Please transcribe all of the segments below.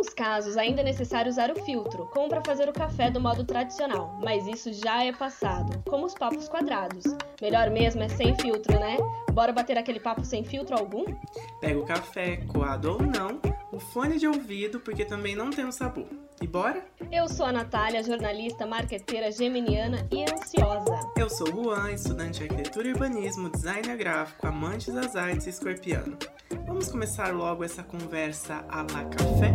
alguns casos, ainda é necessário usar o filtro, como para fazer o café do modo tradicional, mas isso já é passado, como os papos quadrados. Melhor mesmo é sem filtro, né? Bora bater aquele papo sem filtro algum? Pega o café, coado ou não, o fone de ouvido, porque também não tem um sabor. E bora? Eu sou a Natália, jornalista, marqueteira, geminiana e ansiosa. Eu sou o Juan, estudante de arquitetura e urbanismo, designer gráfico, amante das artes e escorpiano. Vamos começar logo essa conversa à la café?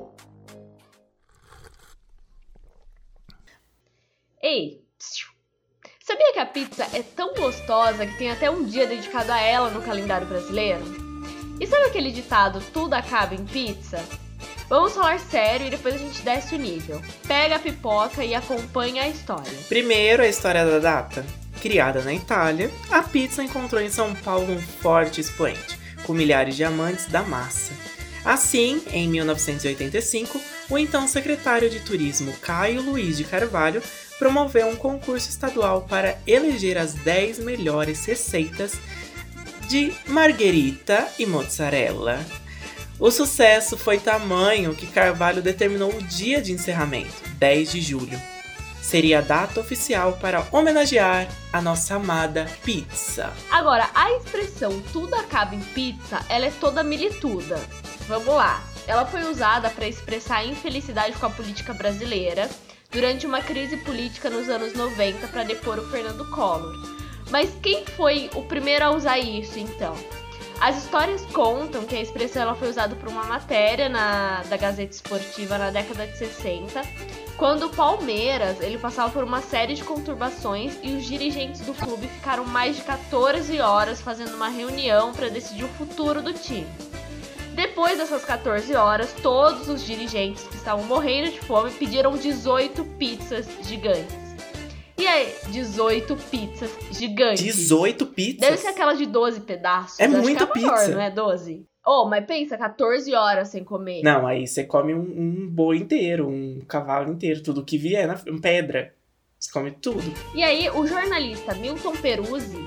Ei, sabia que a pizza é tão gostosa que tem até um dia dedicado a ela no calendário brasileiro? E sabe aquele ditado, tudo acaba em pizza? Vamos falar sério e depois a gente desce o nível. Pega a pipoca e acompanha a história. Primeiro, a história da data. Criada na Itália, a pizza encontrou em São Paulo um forte expoente, com milhares de amantes da massa. Assim, em 1985, o então secretário de Turismo Caio Luiz de Carvalho promoveu um concurso estadual para eleger as 10 melhores receitas de margherita e mozzarella. O sucesso foi tamanho que Carvalho determinou o dia de encerramento, 10 de julho. Seria a data oficial para homenagear a nossa amada pizza. Agora, a expressão tudo acaba em pizza, ela é toda milituda. Vamos lá. Ela foi usada para expressar a infelicidade com a política brasileira durante uma crise política nos anos 90 para depor o Fernando Collor. Mas quem foi o primeiro a usar isso, então? As histórias contam que a expressão ela foi usada por uma matéria da Gazeta Esportiva na década de 60, quando o Palmeiras ele passava por uma série de conturbações e os dirigentes do clube ficaram mais de 14 horas fazendo uma reunião para decidir o futuro do time. Depois dessas 14 horas, todos os dirigentes que estavam morrendo de fome pediram 18 pizzas gigantes. E aí, 18 pizzas gigantes. 18 pizzas? Deve ser aquela de 12 pedaços. É muita que é maior, pizza. Não é 12? Oh, mas pensa, 14 horas sem comer. Não, aí você come um boi inteiro, um cavalo inteiro, tudo que vier na pedra. Você come tudo. E aí, o jornalista Milton Perucci,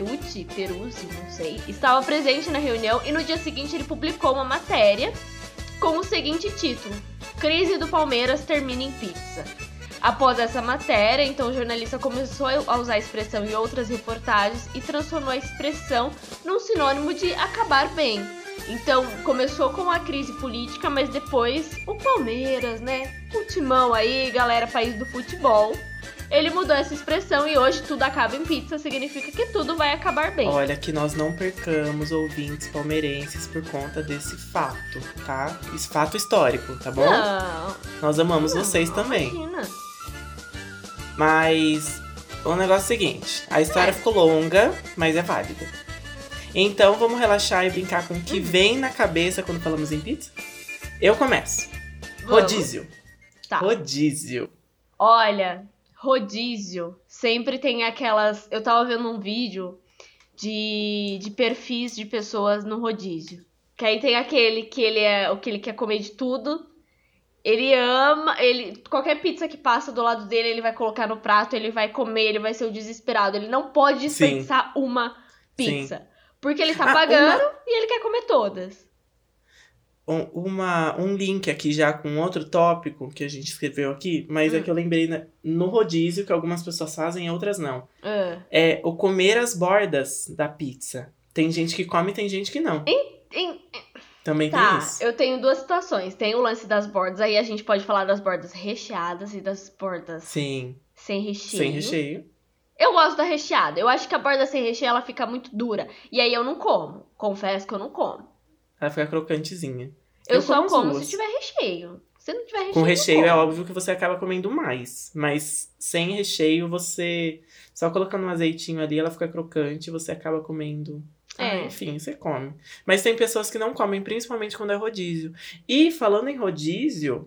não sei, estava presente na reunião e no dia seguinte ele publicou uma matéria com o seguinte título: Crise do Palmeiras termina em pizza. Após essa matéria, então o jornalista começou a usar a expressão em outras reportagens e transformou a expressão num sinônimo de acabar bem. Então, começou com a crise política, mas depois o Palmeiras, né? O timão aí, galera, país do futebol. Ele mudou essa expressão e hoje tudo acaba em pizza, significa que tudo vai acabar bem. Olha, que nós não percamos ouvintes palmeirenses por conta desse fato, tá? Esse fato histórico, tá bom? Não. Nós amamos vocês também. Imagina. Mas o negócio é o seguinte, a história ficou longa, mas é válida. Então vamos relaxar e brincar com o que vem na cabeça quando falamos em pizza? Eu começo. Vamos. Rodízio. Tá. Rodízio. Olha, rodízio sempre tem aquelas... Eu tava vendo um vídeo de perfis de pessoas no rodízio. Que aí tem aquele que ele quer comer de tudo. Ele ama, qualquer pizza que passa do lado dele, ele vai colocar no prato, ele vai comer, ele vai ser o desesperado. Ele não pode desperdiçar uma pizza. Sim. Porque ele tá pagando e ele quer comer todas. Um link aqui já com outro tópico que a gente escreveu aqui, mas é que eu lembrei no rodízio, que algumas pessoas fazem e outras não. É o comer as bordas da pizza. Tem gente que come e tem gente que não. Também tem isso. Eu tenho duas situações. Tem o lance das bordas, aí a gente pode falar das bordas recheadas e das bordas sem recheio. Sem recheio. Eu gosto da recheada. Eu acho que a borda sem recheio, ela fica muito dura. E aí eu não como. Confesso que eu não como. Ela fica crocantezinha. Eu só como se tiver recheio. Se não tiver recheio, com recheio é óbvio que você acaba comendo mais. Mas sem recheio, você... Só colocando um azeitinho ali, ela fica crocante e você acaba comendo... enfim, você come. Mas tem pessoas que não comem, principalmente quando é rodízio. E falando em rodízio,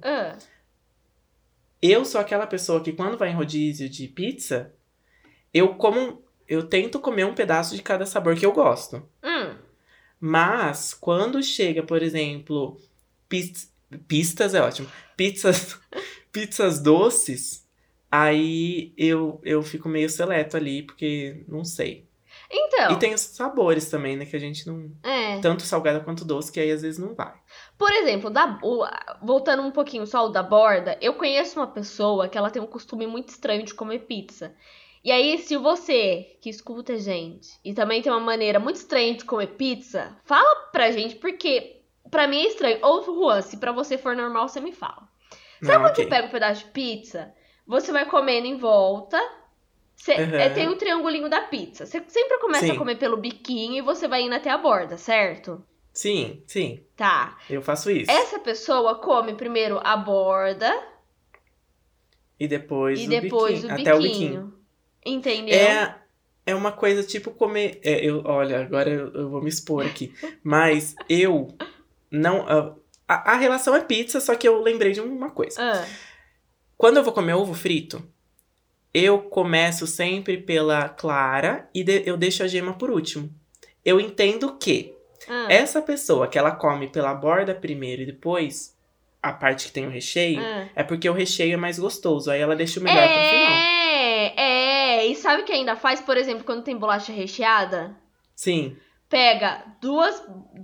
eu sou aquela pessoa que quando vai em rodízio de pizza, eu tento comer um pedaço de cada sabor que eu gosto. Mas quando chega, por exemplo, pistas é ótimo. Pizzas doces, aí eu fico meio seleto ali, porque não sei. Então. E tem os sabores também, né? Que a gente não... Tanto salgada quanto doce, que aí às vezes não vai. Por exemplo, voltando um pouquinho só o da borda, eu conheço uma pessoa que ela tem um costume muito estranho de comer pizza. E aí, se você que escuta a gente e também tem uma maneira muito estranha de comer pizza, fala pra gente, porque pra mim é estranho. Ou, Juan, se pra você for normal, você me fala. Sabe quando você pega um pedaço de pizza, você vai comendo em volta, tem o triangulinho da pizza. Você sempre começa a comer pelo biquinho e você vai indo até a borda, certo? Sim. Tá. Eu faço isso. Essa pessoa come primeiro a borda e depois, o biquinho. Até o biquinho. Entendeu? É uma coisa tipo comer... olha, agora eu vou me expor aqui. Mas eu não... A relação é pizza, só que eu lembrei de uma coisa. Quando eu vou comer ovo frito, eu começo sempre pela clara e eu deixo a gema por último. Eu entendo que essa pessoa que ela come pela borda primeiro e depois a parte que tem o recheio, é porque o recheio é mais gostoso. Aí ela deixa o melhor pro final. E sabe o que ainda faz? Por exemplo, quando tem bolacha recheada? Sim. Pega dois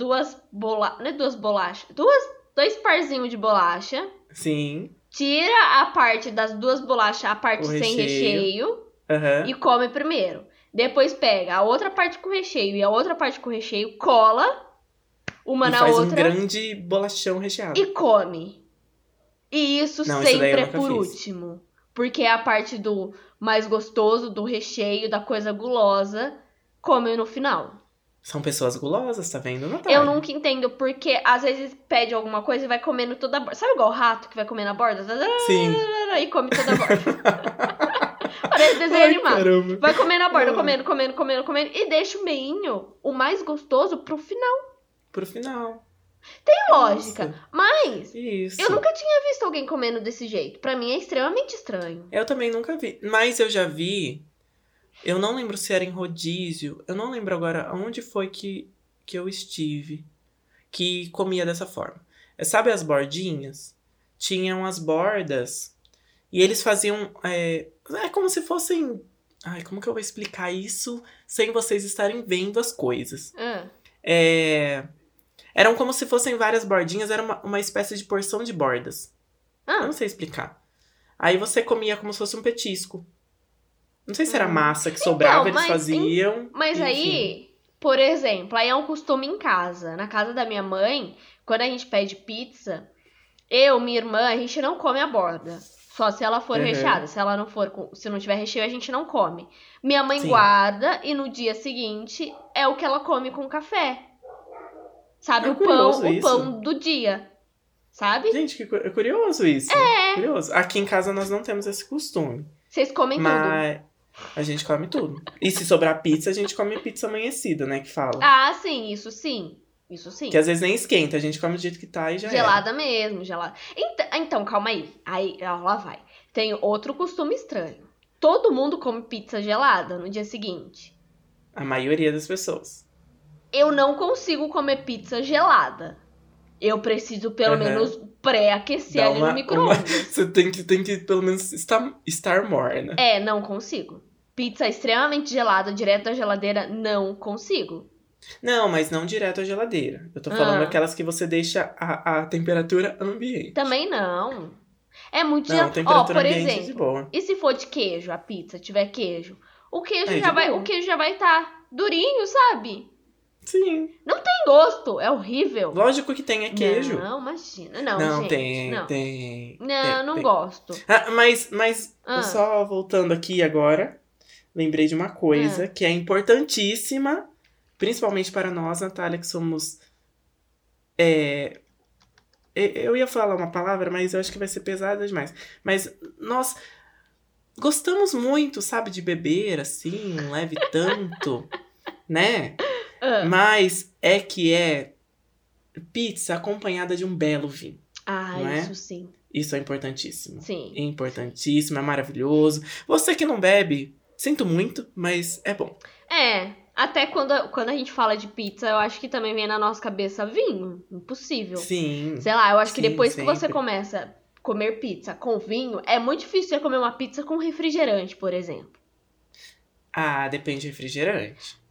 parzinhos de bolacha. Sim. Tira a parte das duas bolachas, a parte sem recheio. E come primeiro. Depois pega a outra parte com recheio e a outra parte com recheio, cola uma na outra. E faz um grande bolachão recheado. E come. E isso sempre é por último. Porque é a parte do mais gostoso, do recheio, da coisa gulosa, come no final. São pessoas gulosas, tá vendo, Natália? Eu nunca entendo porque às vezes pede alguma coisa e vai comendo toda a borda. Sabe igual o rato que vai comer na borda? Sim. E come toda a borda. Parece desenho animado. Caramba. Vai comer na borda, comendo. E deixa o meinho, o mais gostoso, pro final. Tem lógica, mas eu nunca tinha visto alguém comendo desse jeito. Pra mim é extremamente estranho. Eu também nunca vi, mas eu já vi, eu não lembro se era em rodízio, eu não lembro agora onde foi que eu estive, que comia dessa forma. Sabe as bordinhas? Tinham as bordas e eles faziam, é como se fossem, como que eu vou explicar isso sem vocês estarem vendo as coisas? Eram como se fossem várias bordinhas, era uma espécie de porção de bordas. Eu não sei explicar. Aí você comia como se fosse um petisco. Não sei se era massa que sobrava, eles faziam. Mas aí, por exemplo, aí é um costume em casa. Na casa da minha mãe, quando a gente pede pizza, eu, minha irmã, a gente não come a borda. Só se ela for recheada. Se não tiver recheio, a gente não come. Minha mãe guarda e no dia seguinte é o que ela come com café. Sabe, o pão do dia, sabe? Gente, é curioso isso. Curioso. Aqui em casa nós não temos esse costume. Vocês comem tudo. Mas a gente come tudo. E se sobrar pizza, a gente come pizza amanhecida, né, que fala. Sim, isso sim. Que às vezes nem esquenta, a gente come do jeito que tá e já gelada mesmo, gelada. Então, calma aí. Aí, lá vai. Tem outro costume estranho. Todo mundo come pizza gelada no dia seguinte. A maioria das pessoas. Eu não consigo comer pizza gelada. Eu preciso, pelo menos, pré-aquecer ali no micro-ondas. Você tem que, pelo menos, estar morna. Não consigo. Pizza extremamente gelada, direto da geladeira, não consigo. Não, mas não direto à geladeira. Eu tô falando aquelas que você deixa a temperatura ambiente. Também não. É muito gelada. Não, temperatura por ambiente exemplo, de boa. E se for de queijo, a pizza tiver queijo? O queijo já vai estar durinho, sabe? Sim. Não tem gosto, é horrível. Lógico que tem, é queijo. Não, imagina. Não, gente, tem. Não gosto. Mas só voltando aqui agora, lembrei de uma coisa que é importantíssima, principalmente para nós, Natália, que somos... eu ia falar uma palavra, mas eu acho que vai ser pesada demais. Mas nós gostamos muito, sabe, de beber, assim, um leve tanto, né? Mas é pizza acompanhada de um belo vinho. Não isso sim. Isso é importantíssimo. Sim. É importantíssimo, é maravilhoso. Você que não bebe, sinto muito, mas é bom. Até quando a gente fala de pizza, eu acho que também vem na nossa cabeça vinho. Impossível. Sim. Sei lá, eu acho que depois que você começa a comer pizza com vinho, é muito difícil você comer uma pizza com refrigerante, por exemplo. Depende do refrigerante.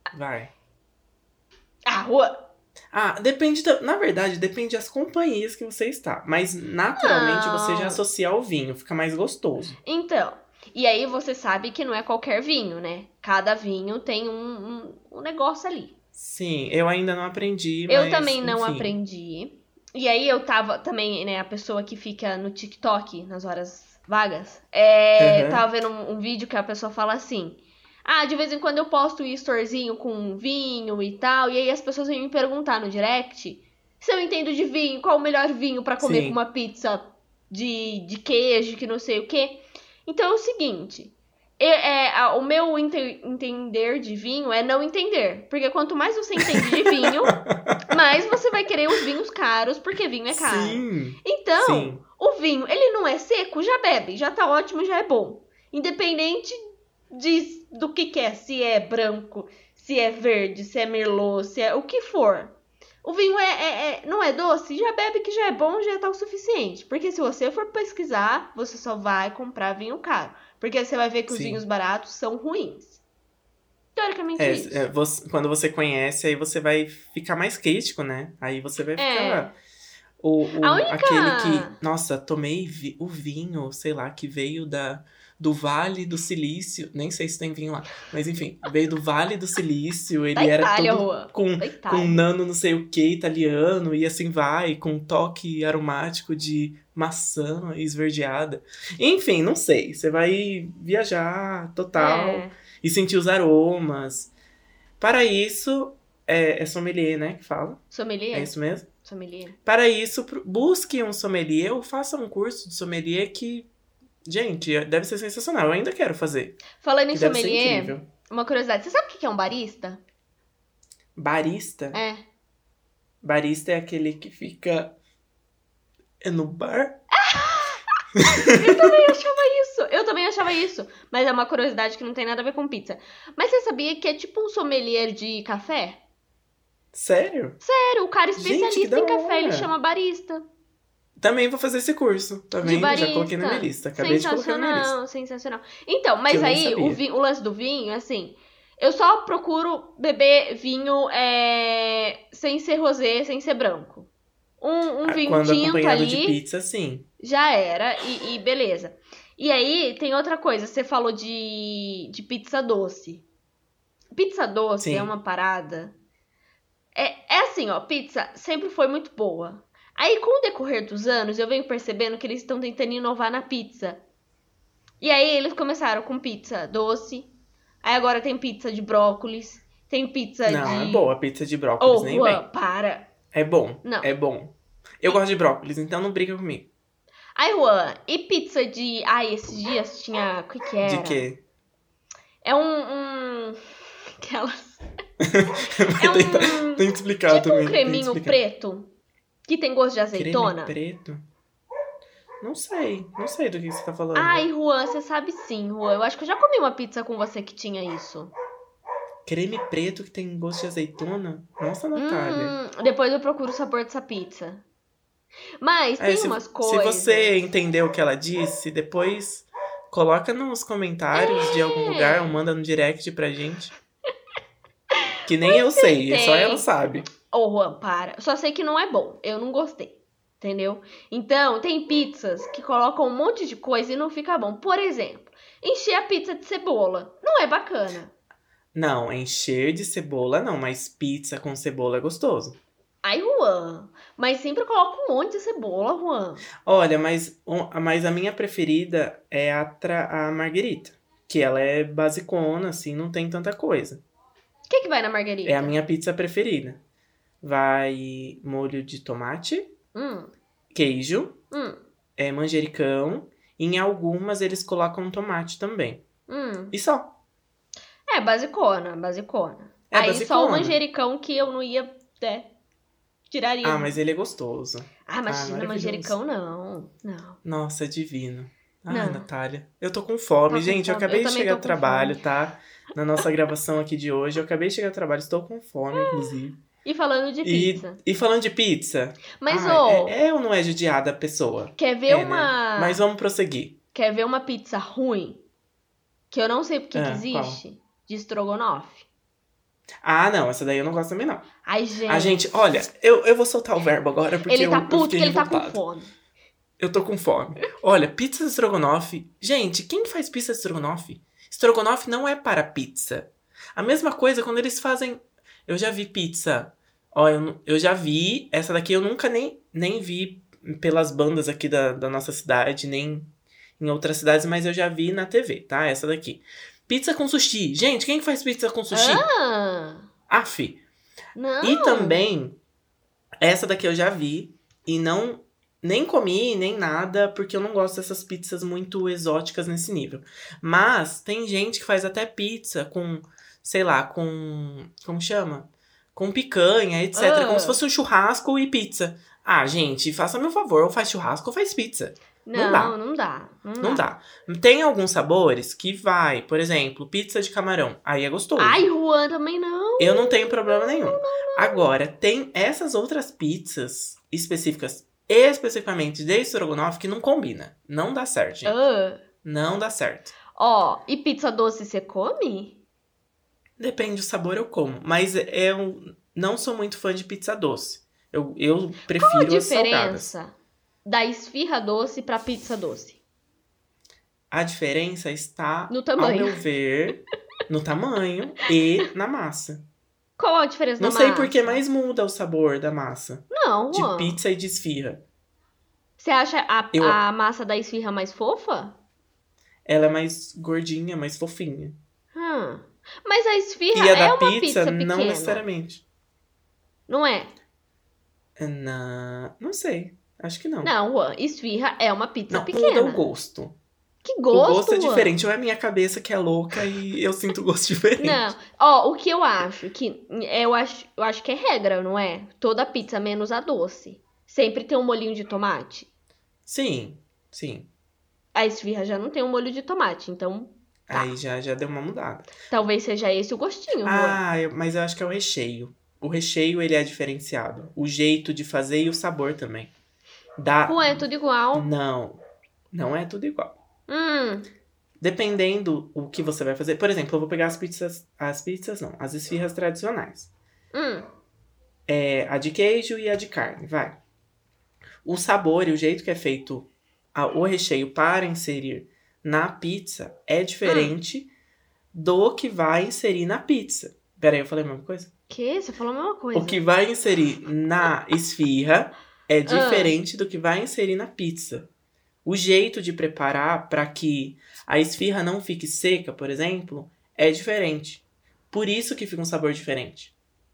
Vai. Ah, Juan. Depende na verdade, depende das companhias que você está. Mas naturalmente você já associa ao vinho, fica mais gostoso. Então, e aí você sabe que não é qualquer vinho, né? Cada vinho tem um negócio ali. Sim, eu ainda não aprendi, Eu mas também não enfim. aprendi. E aí eu tava também, né, a pessoa que fica no TikTok nas horas vagas, tava vendo um vídeo que a pessoa fala assim: de vez em quando eu posto um storyzinho com vinho e tal, e aí as pessoas vêm me perguntar no direct se eu entendo de vinho, qual o melhor vinho pra comer Sim. com uma pizza de queijo, que não sei o quê. Então é o seguinte, o meu entender de vinho é não entender. Porque quanto mais você entende de vinho, mais você vai querer os vinhos caros, porque vinho é caro. Sim. Então, Sim. o vinho, ele não é seco, já bebe, já tá ótimo, já é bom. Independente do que é, se é branco, se é verde, se é merlot, se é o que for. O vinho não é doce, já bebe que já é bom, já tá o suficiente. Porque se você for pesquisar, você só vai comprar vinho caro. Porque você vai ver que os vinhos baratos são ruins. Teoricamente isso. Quando você conhece, aí você vai ficar mais crítico, né? Aí você vai ficar... Aquele que... Nossa, tomei o vinho, sei lá, que veio do Vale do Silício. Nem sei se tem vinho lá. Mas enfim, veio do Vale do Silício. Ele era todo com nano não sei o que italiano. E assim vai, com um toque aromático de maçã esverdeada. Enfim, não sei. Você vai viajar total e sentir os aromas. Para isso, é sommelier, né, que fala? Sommelier? É isso mesmo? Sommelier. Para isso, busque um sommelier ou faça um curso de sommelier que, gente, deve ser sensacional. Eu ainda quero fazer. Falando em sommelier, uma curiosidade. Você sabe o que é um barista? Barista? É. Barista é aquele que fica no bar? Eu também achava isso. Mas é uma curiosidade que não tem nada a ver com pizza. Mas você sabia que é tipo um sommelier de café? Sério? Sério, o cara especialista em café, ele chama barista. Também vou fazer esse curso. Também já coloquei na minha lista. Acabei de colocar na minha lista. Sensacional. Então, mas aí o lance do vinho, assim, eu só procuro beber vinho sem ser rosé, sem ser branco. Um vinho quando tinto acompanhado ali, de pizza, sim. Já era, e beleza. E aí, tem outra coisa, você falou de pizza doce. Pizza doce Sim. é uma parada... É assim, ó, pizza sempre foi muito boa. Aí, com o decorrer dos anos, eu venho percebendo que eles estão tentando inovar na pizza. E aí, eles começaram com pizza doce. Aí, agora tem pizza de brócolis. Tem pizza de... Não, é boa a pizza de brócolis, nem bem. Para. É bom, não. É bom. Eu gosto de brócolis, então não briga comigo. Aí, Juan, e pizza de... esses dias tinha... O que era? De quê? É aquelas... Tem que explicar tipo também. Um creminho preto que tem gosto de azeitona. Creme preto? Não sei do que você tá falando. Ai, Juan, você sabe sim, Juan. Eu acho que eu já comi uma pizza com você que tinha isso. Creme preto que tem gosto de azeitona? Nossa, Natália. Depois eu procuro o sabor dessa pizza. Mas tem umas coisas... Se você entendeu o que ela disse, depois coloca nos comentários de algum lugar ou manda no direct pra gente. Que nem eu sei, só ela sabe. Juan, para. Só sei que não é bom. Eu não gostei. Entendeu? Então, tem pizzas que colocam um monte de coisa e não fica bom. Por exemplo, encher a pizza de cebola. Não é bacana. Não, encher de cebola não, mas pizza com cebola é gostoso. Ai, Juan, mas sempre coloca um monte de cebola, Juan. Olha, mas a minha preferida é a marguerita. Que ela é basicona, assim, não tem tanta coisa. O que vai na marguerita? É a minha pizza preferida. Vai molho de tomate, queijo, manjericão. Em algumas eles colocam tomate também. E só. É, basicona. Aí basicona. Só o manjericão que eu não ia... tiraria. Mas ele é gostoso. Imagina, manjericão não. Nossa, é divino. Natália. Eu tô com fome. Gente, eu acabei de chegar do trabalho, tá? Na nossa gravação aqui de hoje. Eu acabei de chegar do trabalho, estou com fome, inclusive. E falando de pizza. E falando de pizza. Mas, ou não é judiada a pessoa? Quer ver uma... Né? Mas vamos prosseguir. Quer ver uma pizza ruim? Que eu não sei porque que existe? Qual? De estrogonofe. Ah, não, essa daí eu não gosto também, não. Ai, gente. A gente, olha, eu vou soltar o verbo agora porque Ele tá eu puto fiquei que ele tá revoltado. com fome. Eu tô com fome. Olha, pizza de estrogonofe. Gente, quem faz pizza de estrogonofe? Estrogonofe não é para pizza. A mesma coisa quando eles fazem... Eu já vi pizza. Ó, eu já vi. Essa daqui eu nunca nem vi pelas bandas aqui da nossa cidade, nem em outras cidades, mas eu já vi na TV, tá? Essa daqui. Pizza com sushi. Gente, quem faz pizza com sushi? Aff. Não. E também, essa daqui eu já vi e nem comi, nem nada, porque eu não gosto dessas pizzas muito exóticas nesse nível. Mas tem gente que faz até pizza com, sei lá, como chama? Com picanha, etc. Como se fosse um churrasco e pizza. Ah, gente, faça meu favor, ou faz churrasco ou faz pizza. Não dá. Não dá. Tem alguns sabores que vai, por exemplo, pizza de camarão. Aí é gostoso. Ai, Juan, também não. Eu não tenho problema nenhum. Agora, tem essas outras pizzas especificamente de estrogonofe que não combina. Não dá certo, gente. Não dá certo. Ó, e pizza doce você come? Depende do sabor, eu como. Mas eu não sou muito fã de pizza doce. Eu prefiro Qual a as salgadas. diferença da esfirra doce pra pizza doce? A diferença está, No tamanho. ao meu ver, no tamanho e na massa. Qual a diferença da Não massa? sei por que mais muda o sabor da massa. Não, De Juan. pizza e de esfirra. Você acha a massa da esfirra mais fofa? Ela é mais gordinha, mais fofinha. Mas a esfirra E a é da uma pizza pequena. não necessariamente. Não é? Não sei. Acho que não. Não, Juan, esfirra é uma pizza Não, pequena. muda o gosto. Que gosto, O gosto é Juan? diferente. Ou é a minha cabeça que é louca e eu sinto gosto diferente. Não. Ó, o que eu acho que... Eu acho que é regra, não é? Toda pizza menos a doce. Sempre tem um molhinho de tomate. Sim. A esfirra já não tem um molho de tomate, então... Tá. Aí já deu uma mudada. Talvez seja esse o gostinho, Juan. Mas eu acho que é o recheio. O recheio, ele é diferenciado. O jeito de fazer e o sabor também. Juan, é tudo igual. Não é tudo igual. Dependendo o que você vai fazer. Por exemplo, eu vou pegar as esfirras tradicionais. A de queijo e a de carne, vai. O sabor e o jeito que é feito o recheio para inserir na pizza é diferente do que vai inserir na pizza. Peraí, eu falei a mesma coisa? Que? Você falou a mesma coisa. O que vai inserir na esfirra é diferente do que vai inserir na pizza. O jeito de preparar para que a esfirra não fique seca, por exemplo, é diferente. Por isso que fica um sabor diferente.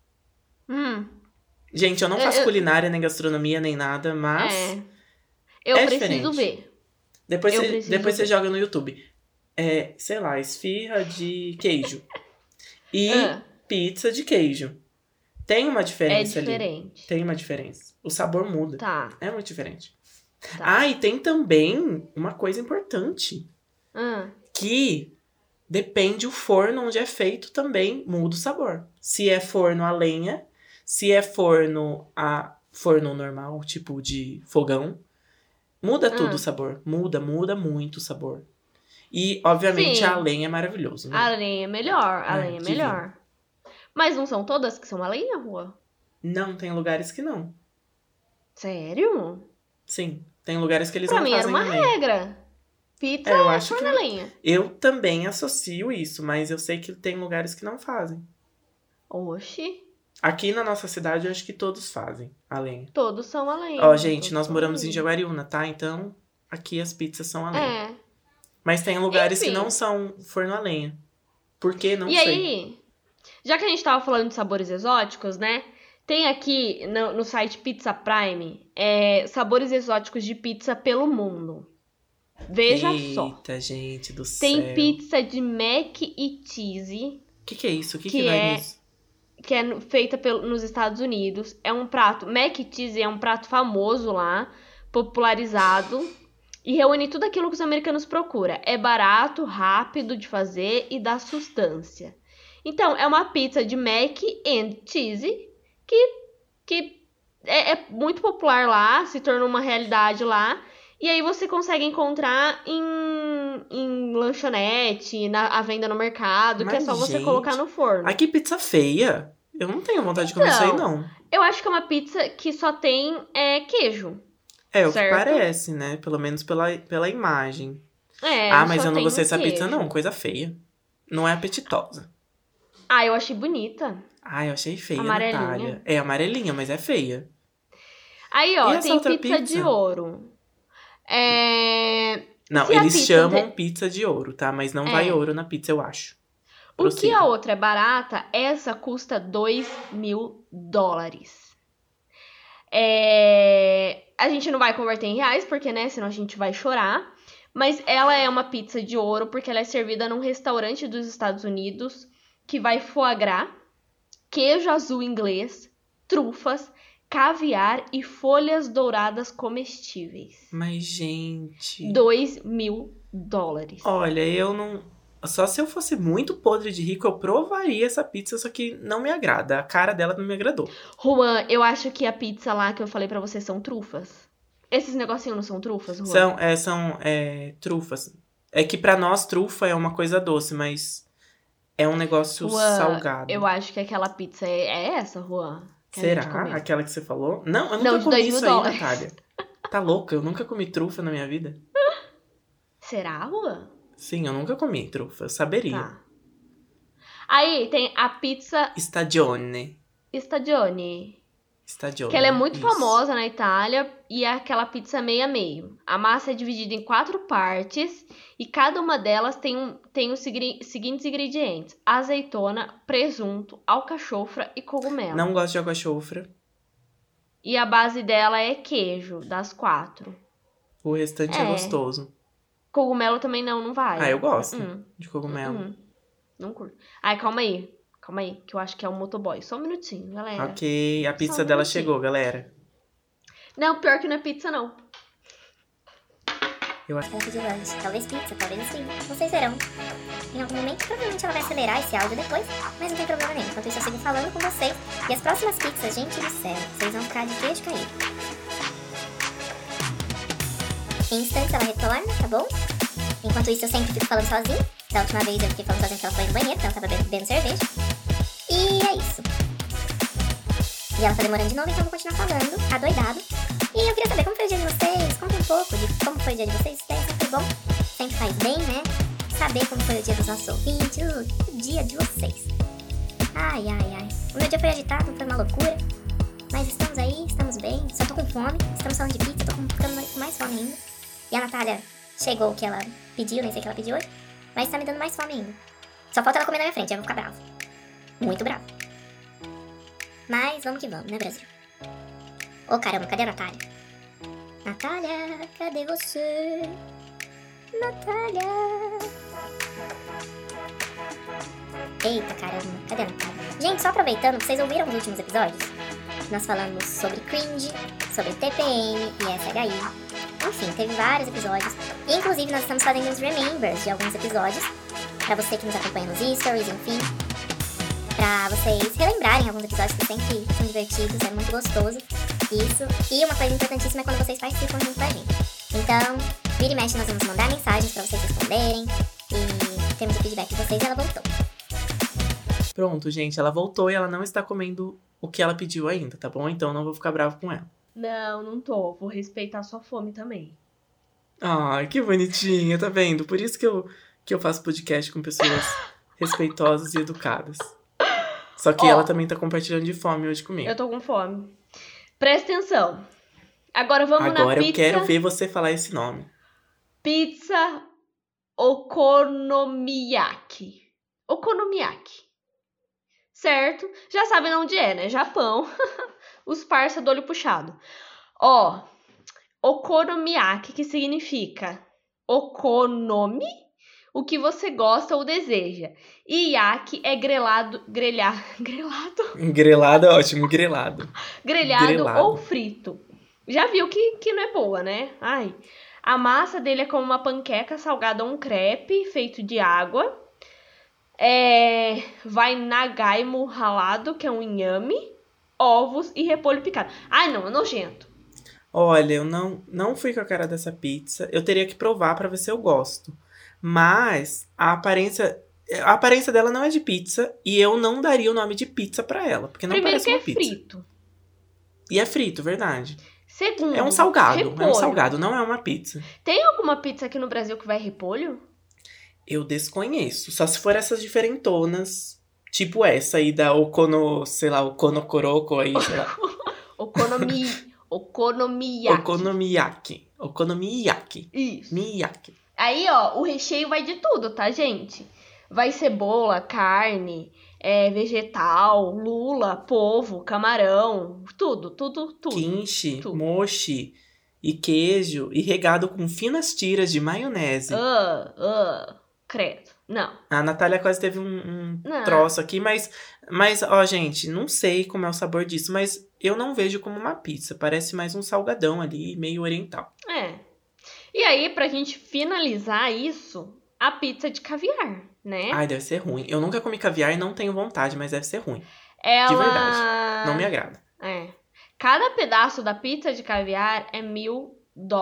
Gente, eu não faço culinária, nem gastronomia, nem nada, mas eu preciso diferente. ver. Depois você joga no YouTube. Sei lá, esfirra de queijo. E pizza de queijo. Tem uma diferença ali. Tem uma diferença. O sabor muda. Tá. É muito diferente. E tem também uma coisa importante. Que depende o forno onde é feito também, muda o sabor. Se é forno a lenha, se é forno normal, tipo de fogão, muda tudo o sabor. Muda muito o sabor. E, obviamente, Sim. a lenha é maravilhoso, né? A lenha é melhor. A lenha é melhor. Mas não são todas que são a lenha, Rua? Não, tem lugares que não. Sério? Sim, tem lugares que eles Pra não mim fazem era uma regra. Pizza eu acho forno que a lenha. Eu também associo isso, mas eu sei que tem lugares que não fazem. Oxi. Aqui na nossa cidade, eu acho que todos fazem a lenha. Todos são a lenha. Ó, gente, nós moramos em Jaguariúna, tá? Então, aqui as pizzas são a lenha. Mas tem lugares que não são forno a lenha. Por que? Não sei. E aí, já que a gente tava falando de sabores exóticos, né? Tem aqui no site Pizza Prime sabores exóticos de pizza pelo mundo. Veja só. Eita, gente do céu. Tem pizza de mac e cheese. O que é isso? O que vai nisso? Que é feita nos Estados Unidos. É um prato... Mac e cheese é um prato famoso lá, popularizado. E reúne tudo aquilo que os americanos procuram. É barato, rápido de fazer e dá sustância. Então, é uma pizza de mac and cheese que é muito popular lá, se tornou uma realidade lá. E aí você consegue encontrar em lanchonete, à venda no mercado, que é Mas, só você gente, colocar no forno. Ai, que pizza feia. Eu não tenho vontade de comer isso aí, não. Eu acho que é uma pizza que só tem queijo. É o que certo? parece, né? Pelo menos pela imagem. É, Mas só eu não tem gostei dessa queijo. pizza, não. Coisa feia. Não é apetitosa. Eu achei bonita. Eu achei feia, Amarelinha. Natália. É amarelinha, mas é feia. Aí, E ó, essa tem outra pizza de ouro. Não, Se a eles pizza chamam pizza de ouro, tá? Mas não vai ouro na pizza, eu acho. O que Prossiga. a outra é barata, essa custa $2.000. A gente não vai converter em reais, porque, né, senão a gente vai chorar. Mas ela é uma pizza de ouro, porque ela é servida num restaurante dos Estados Unidos, que vai foie gras, queijo azul inglês, trufas, caviar e folhas douradas comestíveis. Mas, gente... $2.000. Olha, eu não... Só se eu fosse muito podre de rico, eu provaria essa pizza, só que não me agrada. A cara dela não me agradou. Juan, eu acho que a pizza lá que eu falei pra você são trufas. Esses negocinhos não são trufas, Juan? São trufas. É que pra nós, trufa é uma coisa doce, mas é um negócio Juan, salgado. eu acho que aquela pizza é essa, Juan. Será? Aquela que você falou? Não, eu Não, nunca de comi isso aí, $2.000. Natália. Tá louca? Eu nunca comi trufa na minha vida. Será, Juan? Sim, eu nunca comi trufa. Eu saberia. Tá. Aí tem a pizza Stagione. Stagione. Que ela é muito famosa na Itália e é aquela pizza meio a meio. A massa é dividida em 4 partes e cada uma delas tem os seguintes ingredientes: azeitona, presunto, alcachofra e cogumelo. Não gosto de alcachofra. E a base dela é queijo, das 4. O restante é gostoso. Cogumelo também não vai. Eu gosto de cogumelo. Não curto. Calma aí, que eu acho que é um motoboy. Só um minutinho, galera. Ok, a pizza dela chegou, galera. Não, pior que não é pizza, não. Eu acho que ela pediu lanche. Talvez pizza, talvez assim. Vocês verão. Em algum momento, provavelmente ela vai acelerar esse áudio depois, mas não tem problema nenhum. Enquanto isso, eu sigo falando com vocês. E as próximas pizzas, gente do céu, vocês vão ficar de queijo caído. Em instantes ela retorna, tá bom? Enquanto isso, eu sempre fico falando sozinha. Da última vez eu fiquei falando sozinha porque ela foi no banheiro, porque ela tava bebendo cerveja. E é isso. E ela tá demorando de novo, então eu vou continuar falando, adoidado. E eu queria saber como foi o dia de vocês. Conta um pouco de como foi o dia de vocês. É sempre bom, sempre faz bem, né? Saber como foi o dia dos nossos ouvintes, o dia de vocês. Ai. O meu dia foi agitado, foi uma loucura. Mas estamos aí, estamos bem. Só tô com fome. Estamos falando de pizza, tô ficando com mais fome ainda. E a Natália chegou o que ela pediu, nem sei o que ela pediu hoje. Mas tá me dando mais fome ainda. Só falta ela comer na minha frente, aí eu vou ficar brava. Muito brava. Mas vamos que vamos, né, Brasil? Ô, caramba, cadê a Natália? Natália, cadê você? Natália. Eita, caramba, cadê a Natália? Gente, só aproveitando, vocês ouviram os últimos episódios? Nós falamos sobre cringe, sobre TPM e SHI. Enfim, teve vários episódios. E, inclusive, nós estamos fazendo uns remembers de alguns episódios. Pra você que nos acompanha nos stories, enfim. Pra vocês relembrarem alguns episódios que sempre são divertidos, é muito gostoso. Isso. E uma coisa importantíssima é quando vocês participam junto com a gente. Então, vira e mexe, nós vamos mandar mensagens pra vocês responderem. E temos o feedback de vocês e ela voltou. Pronto, gente, ela voltou e ela não está comendo o que ela pediu ainda, tá bom? Então não vou ficar bravo com ela. Não tô. Vou respeitar sua fome também. Ai, que bonitinha, tá vendo? Por isso que eu faço podcast com pessoas respeitosas e educadas. Só que ela também tá compartilhando de fome hoje comigo. Eu tô com fome. Presta atenção. Agora vamos na pizza. Agora eu quero ver você falar esse nome. Pizza Okonomiyaki. Okonomiyaki. Certo? Já sabem onde é, né? Japão. Os parça do olho puxado. Okonomiyaki, que significa okonomi, o que você gosta ou deseja. E yaki é grelhado. Grelhado é ótimo, grelado. Grelhado ou frito. Já viu que não é boa, né? Ai. A massa dele é como uma panqueca salgada ou um crepe feito de água. Vai nagaimo ralado, que é um inhame, ovos e repolho picado. Ai, não, é nojento. Olha, eu não fui com a cara dessa pizza. Eu teria que provar pra ver se eu gosto. Mas a aparência dela não é de pizza e eu não daria o nome de pizza pra ela, porque não Primeiro parece que é uma pizza. frito. E é frito, verdade. Segundo, É um repolho. salgado, não é uma pizza. Tem alguma pizza aqui no Brasil que vai repolho? Eu desconheço, só se for essas diferentonas, tipo essa aí da Okono, sei lá, Okonokoroco aí, sei lá. Okonomiyaki. Okonomiyaki. Isso. Miyaki. Aí, ó, o recheio vai de tudo, tá, gente? Vai cebola, carne, vegetal, lula, polvo, camarão, tudo. Kimchi, Tudo. mochi e queijo e regado com finas tiras de maionese. Credo. Não. A Natália quase teve um Não. troço aqui, mas, ó, gente, não sei como é o sabor disso, mas eu não vejo como uma pizza. Parece mais um salgadão ali, meio oriental. E aí, pra gente finalizar isso, a pizza de caviar, né? Ai, deve ser ruim. Eu nunca comi caviar e não tenho vontade, mas deve ser ruim. Ela... De verdade. Não me agrada. Cada pedaço da pizza de caviar é $1.000.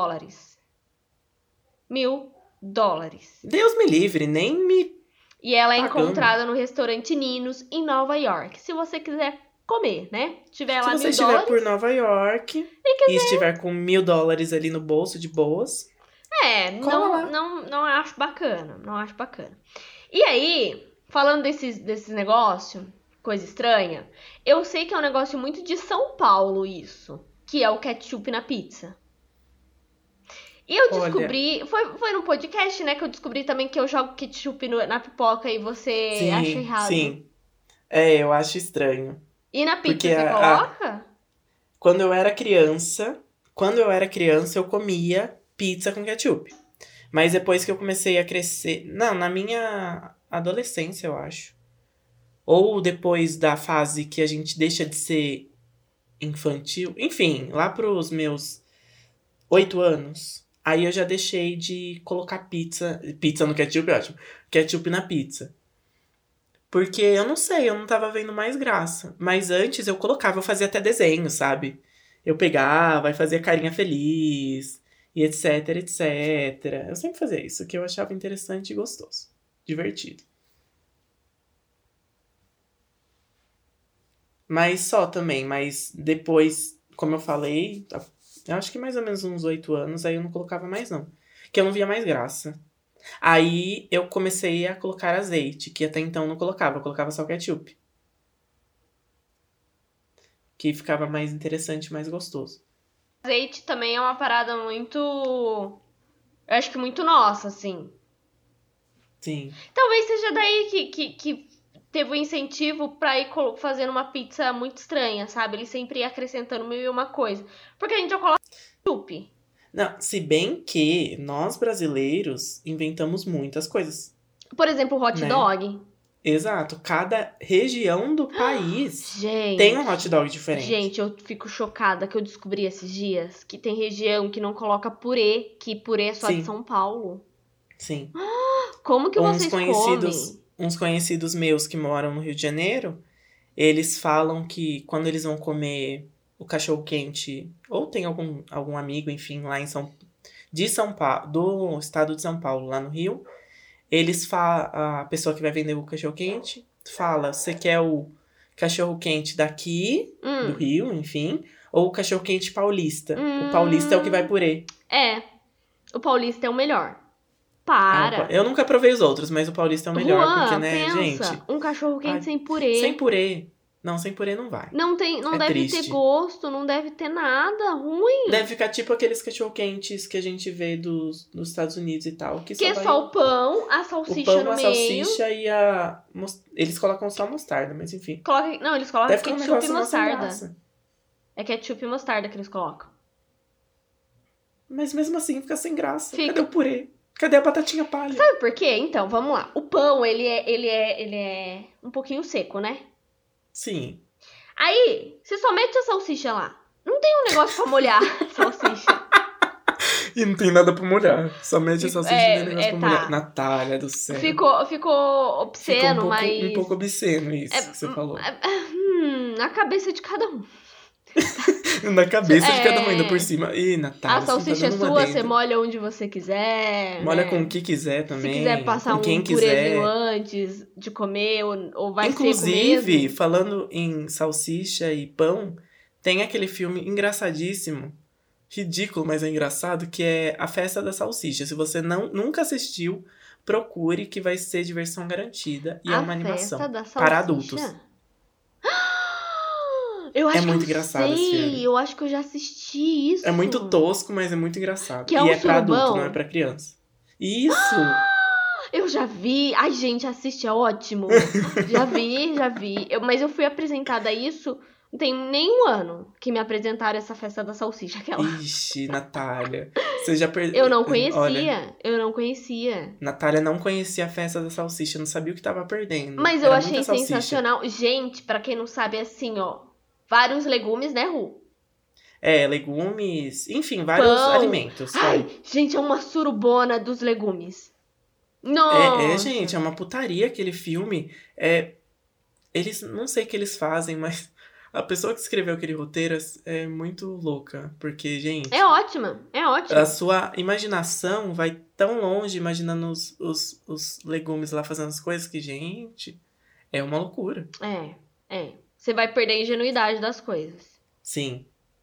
$1.000. Deus me livre, nem me... E ela é pagando. encontrada no restaurante Ninos, em Nova York. Se você quiser comer, né? Tiver lá Se você $1.000. estiver por Nova York e estiver com $1.000 ali no bolso de boas... cola lá. Não acho bacana. Não acho bacana. E aí, falando desses negócios, coisa estranha, eu sei que é um negócio muito de São Paulo isso, que é o ketchup na pizza. E eu descobri, foi no podcast, né, que eu descobri também que eu jogo ketchup na pipoca e você acha errado. Sim, eu acho estranho. E na pizza Porque você coloca? Quando eu era criança, eu comia pizza com ketchup. Mas depois que eu comecei a crescer... Não, na minha adolescência, eu acho. Ou depois da fase que a gente deixa de ser infantil. Enfim, lá pros meus 8 anos. Aí eu já deixei de colocar pizza no ketchup, ótimo. Ketchup na pizza. Porque eu não sei, eu não tava vendo mais graça. Mas antes eu fazia até desenho, sabe? Eu pegava e fazia carinha feliz... E etc, etc. Eu sempre fazia isso, que eu achava interessante e gostoso. Divertido. Mas só também, mas depois, como eu falei, eu acho que mais ou menos uns 8 anos, aí eu não colocava mais não. Que eu não via mais graça. Aí eu comecei a colocar azeite, que até então eu não colocava, eu colocava só ketchup. Que ficava mais interessante, mais gostoso. Azeite também é uma parada muito... Eu acho que muito nossa, assim. Sim. Talvez seja daí que teve o incentivo pra ir fazendo uma pizza muito estranha, sabe? Ele sempre ia acrescentando mil e uma coisa. Porque a gente já coloca ketchup. Não, se bem que nós brasileiros inventamos muitas coisas. Por exemplo, o hot dog. Exato. Cada região do país Gente, tem um hot dog diferente. Gente, eu fico chocada que eu descobri esses dias que tem região que não coloca purê, que purê é só de São Paulo. Sim. Como que vocês comem? Uns conhecidos meus que moram no Rio de Janeiro, eles falam que quando eles vão comer o cachorro-quente, ou tem algum amigo, enfim, lá de São Paulo, do estado de São Paulo, lá no Rio, a pessoa que vai vender o cachorro-quente fala, você quer o cachorro-quente daqui, do Rio, enfim, ou o cachorro-quente paulista. O paulista é o que vai purê. O paulista é o melhor. Eu nunca provei os outros, mas o paulista é o melhor, Juan, porque, né, pensa, gente... um cachorro-quente sem purê. Sem purê. Não, sem purê não vai. Não deve triste. ter gosto, não deve ter nada ruim. Deve ficar tipo aqueles cachorro-quentes que a gente vê dos Estados Unidos e tal. Que é só o pão, a salsicha no meio. Salsicha e eles colocam só mostarda, mas enfim. Eles colocam deve ketchup e mostarda. É ketchup e mostarda que eles colocam. Mas mesmo assim fica sem graça. Cadê o purê? Cadê a batatinha palha? Sabe por quê? Então, vamos lá. O pão, ele é um pouquinho seco, né? Sim. Aí, você só mete a salsicha lá. Não tem um negócio pra molhar a salsicha. E não tem nada pra molhar. Só mete a salsicha e não tem negócio pra molhar. Natália do céu. Ficou obsceno, mas... um pouco obsceno isso que você falou. A cabeça de cada um. Na cabeça de cada um, É. ainda por cima. Ih, Natália, A salsicha é sua, você molha onde você quiser. molha né? com o que quiser também. Se quiser passar com quem um purezinho quiser. antes de comer, ou vai seco Inclusive, mesmo. falando em salsicha e pão, tem aquele filme engraçadíssimo, ridículo, mas é engraçado, que é A Festa da Salsicha. Se você nunca assistiu, procure, que vai ser diversão garantida. E é uma animação Festa da Salsicha? para adultos. Eu acho muito que engraçado eu esse sei. filme. Eu acho que eu já assisti isso. É muito tosco, mas é muito engraçado. Que é e um é pra adulto, surubão? não é pra criança. Isso! Eu já vi. Ai, gente, assiste, é ótimo. já vi. Mas eu fui apresentada a isso, não tem nem um ano que me apresentaram essa Festa da Salsicha. Aquela. Ixi, Natália. Você já perdeu. Eu não conhecia. Olha, Eu não conhecia. Natália não conhecia a Festa da Salsicha, não sabia o que tava perdendo. Mas eu Era achei muita salsicha. sensacional. Gente, pra quem não sabe, é assim, ó. Vários legumes, né, Ru? É, legumes, enfim, vários Pão. alimentos. Ai, vai. gente, é uma surubona dos legumes. Nossa! Gente, é uma putaria aquele filme. Eles, não sei o que eles fazem, mas a pessoa que escreveu aquele roteiro é muito louca. Porque, gente, É ótima, é ótima. a sua imaginação vai tão longe imaginando os legumes lá fazendo as coisas que, gente, é uma loucura. É. Você vai perder a ingenuidade das coisas. Sim.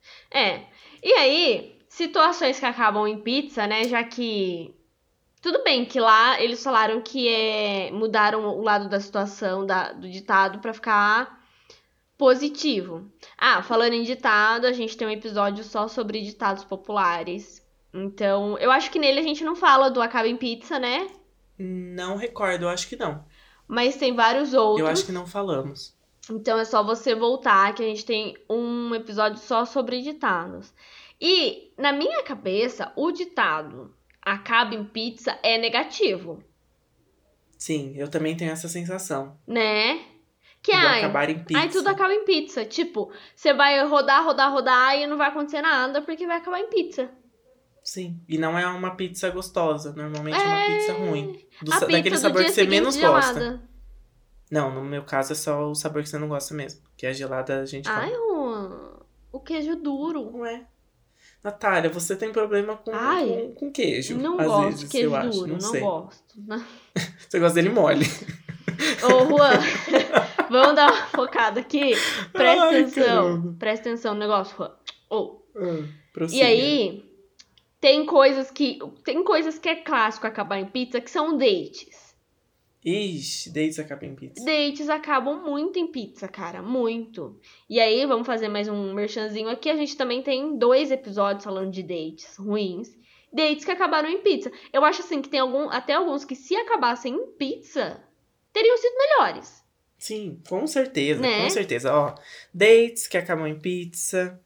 E aí, situações que acabam em pizza, né? Já que. Tudo bem que lá eles falaram que mudaram o lado da situação do ditado pra ficar positivo. Falando em ditado, a gente tem um episódio só sobre ditados populares. Então, eu acho que nele a gente não fala do acaba em pizza, né? Não recordo, eu acho que não. Mas tem vários outros. Eu acho que não falamos. Então é só você voltar, que a gente tem um episódio só sobre ditados. E, na minha cabeça, o ditado acaba em pizza é negativo, Sim, eu também tenho essa sensação. né? Que Do acabar em pizza. tudo acaba em pizza. Tipo, você vai rodar e não vai acontecer nada porque vai acabar em pizza. Sim, e não é uma pizza gostosa. Normalmente é uma pizza ruim. A pizza Daquele do sabor dia que você seguinte menos gosta. gelada. Não, no meu caso é só o sabor que você não gosta mesmo. Que a gelada a gente Ai, come. Juan, o queijo duro. Não é. Natália, você tem problema com queijo. Não às gosto vezes, de queijo eu acho. duro, não sei. gosto. Você gosta dele mole. Ô, Juan, vamos dar uma focada aqui. Presta Ai, atenção. caramba. Presta atenção no negócio, Juan. E Prossiga. aí, tem coisas que é clássico acabar em pizza, que são dates. Ixi, dates acabam em pizza. Dates acabam muito em pizza, cara. Muito. E aí, vamos fazer mais um merchanzinho aqui. A gente também tem 2 episódios falando de dates ruins. Dates que acabaram em pizza. Eu acho assim que tem até alguns que, se acabassem em pizza, teriam sido melhores. Sim, com certeza, Né? com certeza. Ó, dates que acabam em pizza.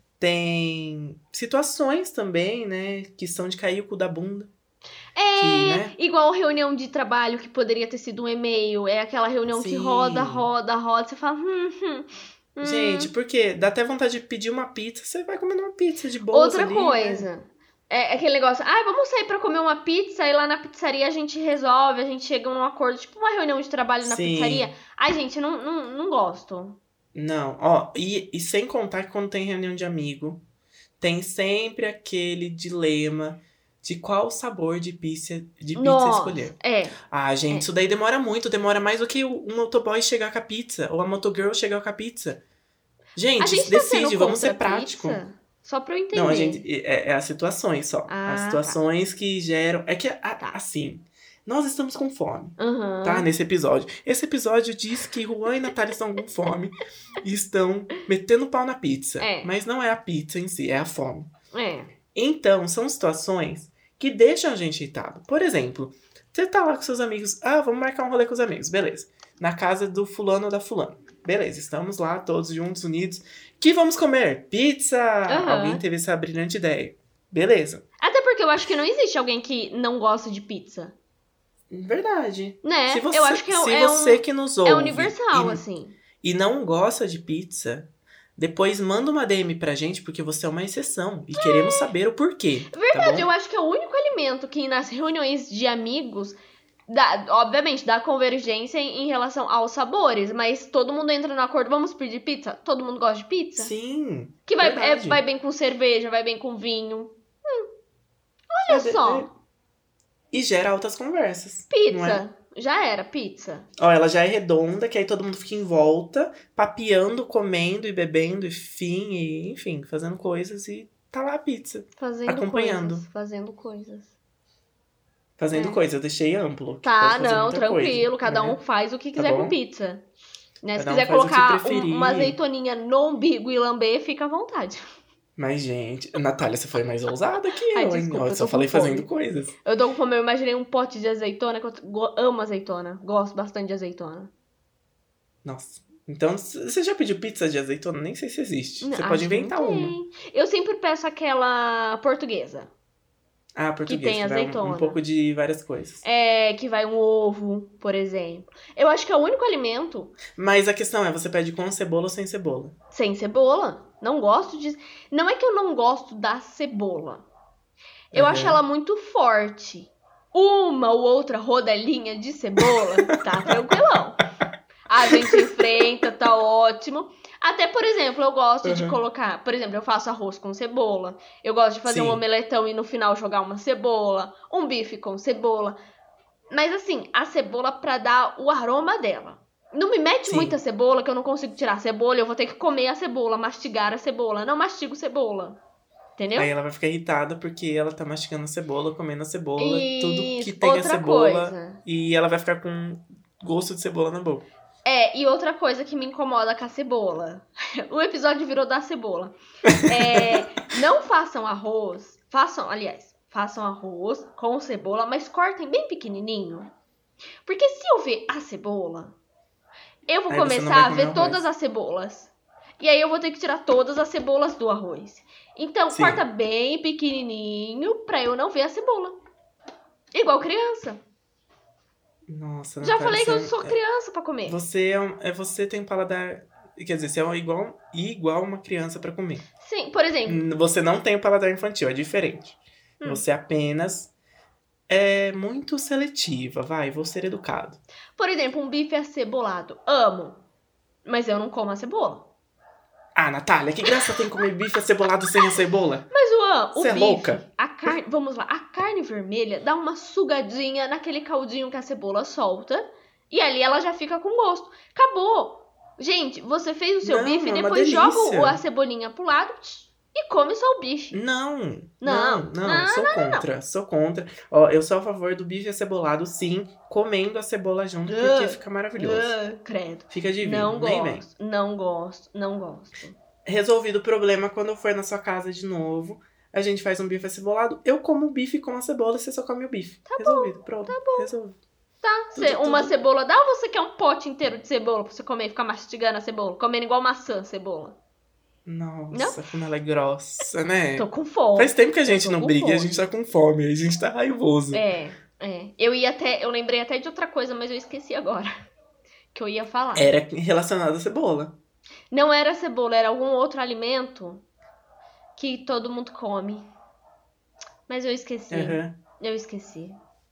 Tem situações também, né? Que são de cair o cu da bunda. Que, né? Igual reunião de trabalho que poderia ter sido um e-mail. É aquela reunião que Sim. roda. Você fala. Gente, porque dá até vontade de pedir uma pizza, você vai comendo uma pizza de boa. Outra coisa. É aquele negócio, vamos sair pra comer uma pizza e lá na pizzaria a gente resolve, a gente chega num acordo, tipo uma reunião de trabalho na Sim. pizzaria. Ai, gente, não gosto. Não, ó, e sem contar que quando tem reunião de amigo, tem sempre aquele dilema de qual sabor de pizza Nossa, escolher. Gente, É. isso daí demora muito, demora mais do que o motoboy chegar com a pizza, ou a motogirl chegar com a pizza. A Gente, gente tá sendo decide, vamos contra ser prático. pizza? Só pra eu entender. Não, a gente. É as situações só. Ah, as situações que geram. É que, assim, nós estamos com fome, Uhum. tá? Nesse episódio. Esse episódio diz que Juan e Natália estão com fome e estão metendo pau na pizza. Mas não é a pizza em si, é a fome. Então, são situações que deixam a gente irritado. Por exemplo, você tá lá com seus amigos. Vamos marcar um rolê com os amigos. Beleza. Na casa do fulano ou da fulana. Beleza, estamos lá, todos juntos, unidos. Que vamos comer? Pizza! Uhum. Alguém teve essa brilhante ideia. Beleza. Até porque eu acho que não existe alguém que não gosta de pizza. Verdade. Né? Se você, eu acho que você que nos ouve é universal, e, assim. e não gosta de pizza, depois manda uma DM pra gente, porque você é uma exceção. E queremos saber o porquê. Verdade, tá eu acho que é o único alimento que nas reuniões de amigos Obviamente, dá convergência em relação aos sabores, mas todo mundo entra no acordo, vamos pedir pizza? Todo mundo gosta de pizza? Sim. Que vai verdade. bem com cerveja, vai bem com vinho. Olha só. E gera altas conversas. Não é? Pizza. Já era, pizza. Ó, ela já é redonda, que aí todo mundo fica em volta, papeando, comendo e bebendo, enfim, fazendo coisas e tá lá a pizza. Fazendo Acompanhando. coisas. Fazendo coisas. Fazendo coisas, eu deixei amplo. Tá, Pode fazer não, muita tranquilo. coisa, Cada né? um faz o que Tá quiser bom? com pizza. Né? Se Cada um quiser faz o que colocar preferir. uma azeitoninha no umbigo e lamber, fica à vontade. Mas, gente, Natália, você foi mais ousada que Ai, eu, hein? desculpa, Eu eu só tô falei com fome. fazendo coisas. Eu tô com fome, eu imaginei um pote de azeitona, que eu amo azeitona. Gosto bastante de azeitona. Nossa. Então, você já pediu pizza de azeitona? Nem sei se existe. Você Acho pode que inventar não uma. tem. Eu sempre peço aquela portuguesa. Ah, português. Que tem vai azeitona. um pouco de várias coisas. Que vai um ovo, por exemplo. Eu acho que é o único alimento Mas a questão é, você pede com cebola ou sem cebola? sem cebola. Não gosto de... Não é que eu não gosto da cebola. Eu Uhum. acho ela muito forte. Uma ou outra rodelinha de cebola, tá tranquilão. A gente enfrenta, tá ótimo. Até, por exemplo, eu gosto de colocar... Por exemplo, eu faço arroz com cebola. Eu gosto de fazer Sim. um omeletão e no final jogar uma cebola. Um bife com cebola. Mas assim, a cebola pra dar o aroma dela. Não me mete Sim. muita cebola, que eu não consigo tirar a cebola. Eu vou ter que comer a cebola, mastigar a cebola. Não mastigo cebola. Entendeu? Aí ela vai ficar irritada porque ela tá mastigando a cebola, comendo a cebola, tudo que Isso, tem a outra cebola. coisa. E ela vai ficar com gosto de cebola na boca. E outra coisa que me incomoda com a cebola. O episódio virou da cebola. Não façam arroz. Façam arroz com cebola, mas cortem bem pequenininho. Porque se eu ver a cebola, eu vou Aí você não começar vai a comer ver arroz. todas as cebolas. E aí eu vou ter que tirar todas as cebolas do arroz. Então, Sim. corta bem pequenininho pra eu não ver a cebola. Igual criança. Nossa, Já Natália, falei que eu você- sou criança pra comer. Você tem um paladar... Quer dizer, você é igual uma criança pra comer. Sim, por exemplo. Você não tem o paladar infantil, é diferente. Você apenas é muito seletiva. Vou ser educado. Por exemplo, um bife acebolado. Amo. Mas eu não como a cebola. Ah, Natália, que graça tem comer bife acebolado sem a cebola? Mas o Você é bife, louca? a carne, vamos lá, a carne vermelha dá uma sugadinha naquele caldinho que a cebola solta. E ali ela já fica com gosto. Acabou. Gente, você fez o seu Não, bife e é uma depois delícia. joga a cebolinha pro lado e come só o bife. Não, Não, sou contra. Ó, eu sou a favor do bife acebolado, sim, comendo a cebola junto, porque fica maravilhoso. Credo. Fica divino, Não nem vem. gosto, não gosto, não gosto. Resolvido o problema, quando eu for na sua casa de novo, a gente faz um bife acebolado, eu como o bife com a cebola e você só come o bife. Resolvido, pronto. Tá bom. Resolvido. Tá, uma cebola dá ou você quer um pote inteiro de cebola pra você comer e ficar mastigando a cebola? Comendo igual maçã, cebola. Nossa, como ela é grossa, né? Tô com fome. Faz tempo que a gente Tô não com briga e a fome. gente tá com fome, a gente tá raivoso. Eu lembrei até de outra coisa, mas eu esqueci agora. Que eu ia falar. Era relacionado à cebola. Não era cebola, era algum outro alimento que todo mundo come. Mas eu esqueci. Uhum. Eu esqueci.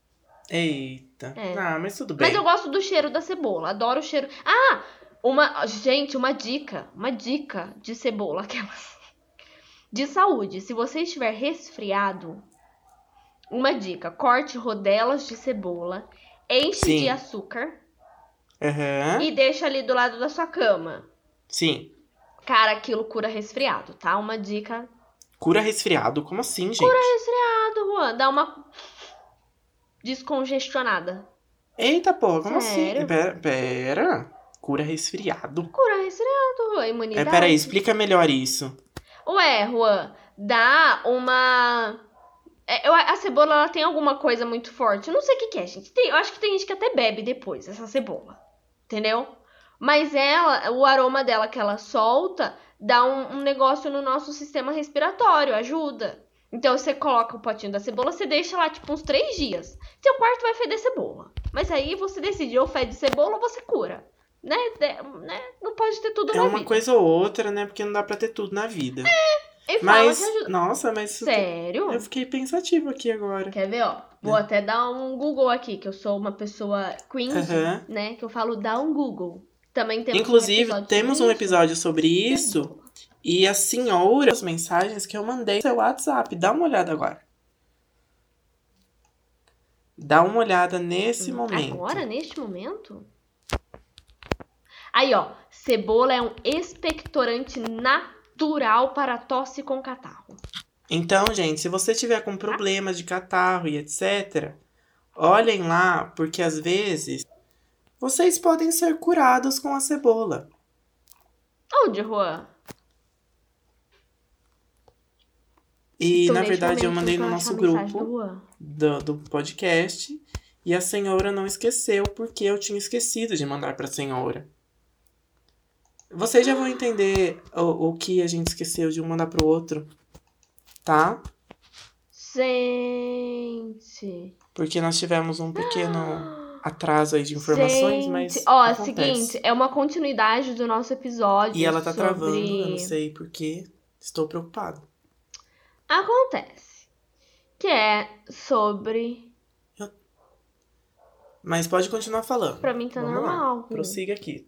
Eita. Ah, mas tudo bem. Mas eu gosto do cheiro da cebola. Adoro o cheiro. Ah! Uma dica de cebola, aquelas. De saúde. Se você estiver resfriado, uma dica. Corte rodelas de cebola, enche Sim. de açúcar Uhum. e deixa ali do lado da sua cama. Sim. Cara, aquilo cura resfriado, tá? Uma dica. Cura resfriado? Como assim, gente? Cura resfriado, Juan. Dá uma descongestionada. Eita, pô, como Sério? assim? Pera. Cura resfriado? Cura resfriado, Juan. Imunidade. Peraí, explica melhor isso. Ué, Juan, dá uma... a cebola, ela tem alguma coisa muito forte. Eu não sei o que é, gente. Eu acho que tem gente que até bebe depois essa cebola. Entendeu? Mas o aroma dela que ela solta, dá um negócio no nosso sistema respiratório, ajuda. Então, você coloca o potinho da cebola, você deixa lá, tipo, uns 3 dias. Seu quarto vai feder cebola. Mas aí você decide, ou fede cebola ou você cura. Né? Não pode ter tudo É na uma vida. coisa ou outra, né? Porque não dá pra ter tudo na vida. E fala Mas, que ajuda. nossa, mas Sério? eu fiquei pensativo aqui agora. Quer ver, ó? Vou até dar um Google aqui, que eu sou uma pessoa cringe, Aham. né? Que eu falo, dá um Google. Também temos Inclusive, um episódio temos sobre um episódio sobre isso. E a senhora, as mensagens que eu mandei no seu WhatsApp. Dá uma olhada agora. Dá uma olhada nesse momento. Agora, neste momento? Aí, ó. Cebola é um expectorante natural para tosse com catarro. Então, gente, se você tiver com problemas de catarro e etc., olhem lá, porque às vezes vocês podem ser curados com a cebola. Onde, Juan? E, Então, na neste verdade, eu momento, mandei no vamos nosso achar a mensagem grupo do Juan. do podcast. E a senhora não esqueceu, porque eu tinha esquecido de mandar pra senhora. Vocês já vão entender o que a gente esqueceu de um mandar pro outro, tá? Gente. Porque nós tivemos um pequeno atraso aí de informações, mas Ó, acontece. seguinte, é uma continuidade do nosso episódio. E ela tá sobre... travando, eu não sei porquê. Estou preocupado. Acontece. Que é sobre... Mas pode continuar falando. Pra mim tá Vamos normal. lá. Prossiga aqui.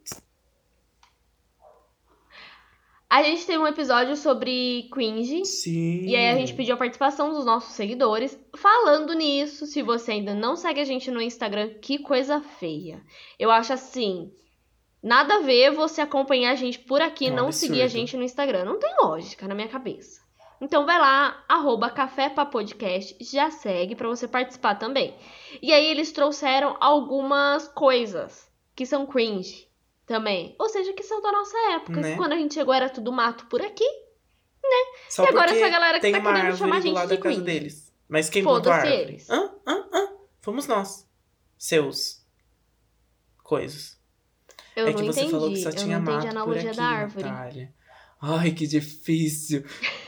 A gente teve um episódio sobre cringe. Sim. E aí a gente pediu a participação dos nossos seguidores. Falando nisso, se você ainda não segue a gente no Instagram, que coisa feia. Eu acho assim, nada a ver você acompanhar a gente por aqui e não seguir a gente no Instagram. Não tem lógica na minha cabeça. Então vai lá, @cafépapodcast, já segue pra você participar também. E aí eles trouxeram algumas coisas que são cringe também. Ou seja, que são da nossa época. Né? Que quando a gente chegou era tudo mato por aqui. Só E agora porque essa galera que tem tá uma querendo árvore chamar a do gente lado de da casa cringe. deles. Mas quem plantou a Foda-se árvore? eles. Fomos nós. Seus. Coisas. Eu é não que você entendi. falou que só Eu tinha não entendi a mato por analogia aqui, da árvore. Natália. Ai, que difícil.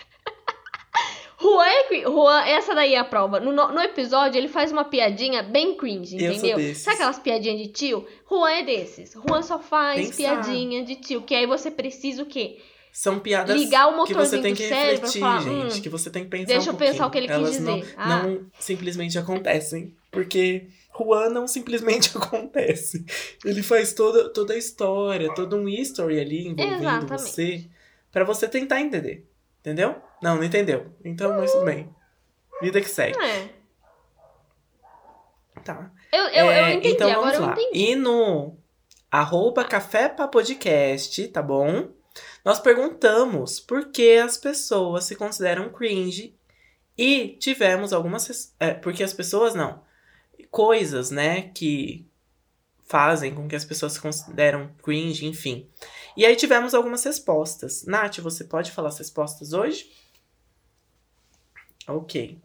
Juan, essa daí é a prova. No episódio, ele faz uma piadinha bem cringe, Eu entendeu? sou desses. Sabe aquelas piadinhas de tio? Juan é desses. Juan só faz Pensar. piadinha de tio. Que aí você precisa o quê? São piadas Ligar o que você motorzinho tem do que cérebro refletir, pra falar, gente. Que você tem que pensar deixa um eu pensar o que ele pouquinho. quis Elas dizer. não simplesmente acontecem. Porque Juan não simplesmente acontece. Ele faz toda a história, todo um history ali envolvendo Exatamente. você. Pra você tentar entender. Entendeu? Não entendeu. Então, mas tudo bem. Vida que segue. É. Tá. Eu entendi, então agora vamos eu lá. entendi. E no @cafépapodcast, tá bom? Nós perguntamos por que as pessoas se consideram cringe e tivemos algumas... porque as pessoas não. Coisas, né, que fazem com que as pessoas se consideram cringe, enfim. E aí tivemos algumas respostas. Nath, você pode falar as respostas hoje? Ok.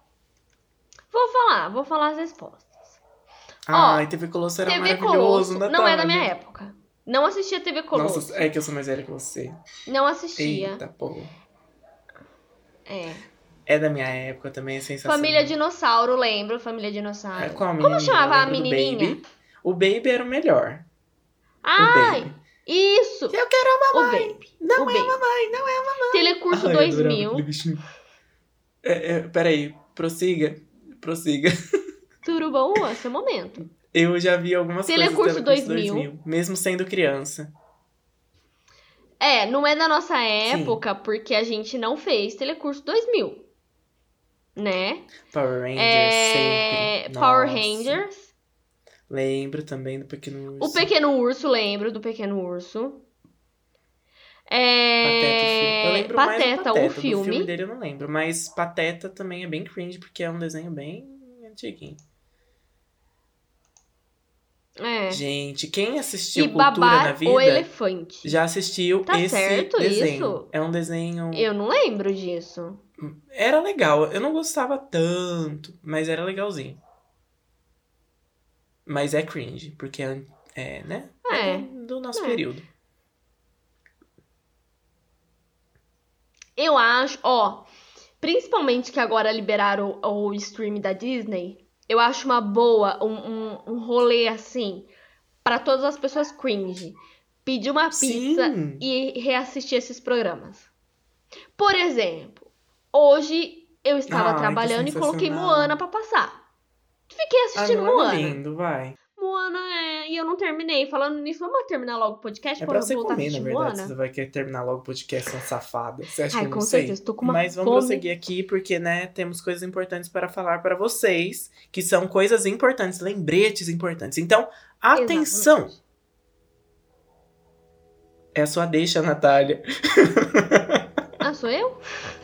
Vou falar as respostas. Ai, TV Colosso era TV maravilhoso, Colosso não é da minha época. Não assistia TV Colosso. Nossa, é que eu sou mais velha que você. Não assistia. Eita, pô. É. É da minha época também, é sensacional. Família Dinossauro, lembro. Família Dinossauro. Qual a Como menininha? chamava Eu a lembro do menininha? Baby. O Baby era o melhor. Ai, Baby. isso. Eu quero a mamãe. O Baby. Não o é Baby. a mamãe, não é a mamãe. Telecurso Ai, eu adorava 2000. aquele bichinho. Peraí, prossiga. Tudo bom, Juan? Seu momento. Eu já vi algumas Telecurso coisas do 2000. mesmo sendo criança. É, não é da nossa época, porque a gente não fez Telecurso 2000. Né? Power Rangers, sempre. Power Nossa. Rangers. Lembro também do Pequeno Urso. O Pequeno Urso, lembro do Pequeno Urso. Pateta, eu lembro mais do Pateta, Pateta. o Do filme. filme dele eu não lembro. Mas Pateta também é bem cringe, porque é um desenho bem antiguinho. É. Gente, quem assistiu E Cultura na Babar Vida o Elefante. já assistiu Tá esse certo desenho. isso? É um desenho... Eu não lembro disso. Era legal. Eu não gostava tanto, mas era legalzinho. Mas é cringe, porque né? É. Do nosso É. período. Eu acho, principalmente que agora liberaram o stream da Disney, eu acho uma boa, um rolê assim, pra todas as pessoas cringe. Pedir uma pizza Sim. e reassistir esses programas. Por exemplo, hoje eu estava Ai, que trabalhando e coloquei sensacional. Moana pra passar. Fiquei assistindo Moana é Moana. lindo, vai. Moana e eu não terminei. Falando nisso, vamos terminar logo o podcast É pra pra eu você voltar a comer, na assistir verdade. Moana? Você vai querer terminar logo o podcast, sua safada. Você acha Ai, que eu com não sei? certeza, tô com uma Mas vamos fome. prosseguir aqui, porque, né, temos coisas importantes para falar para vocês, que são coisas importantes, lembretes importantes. Então, atenção! Exatamente. É a sua deixa, Natália. Ah, sou eu?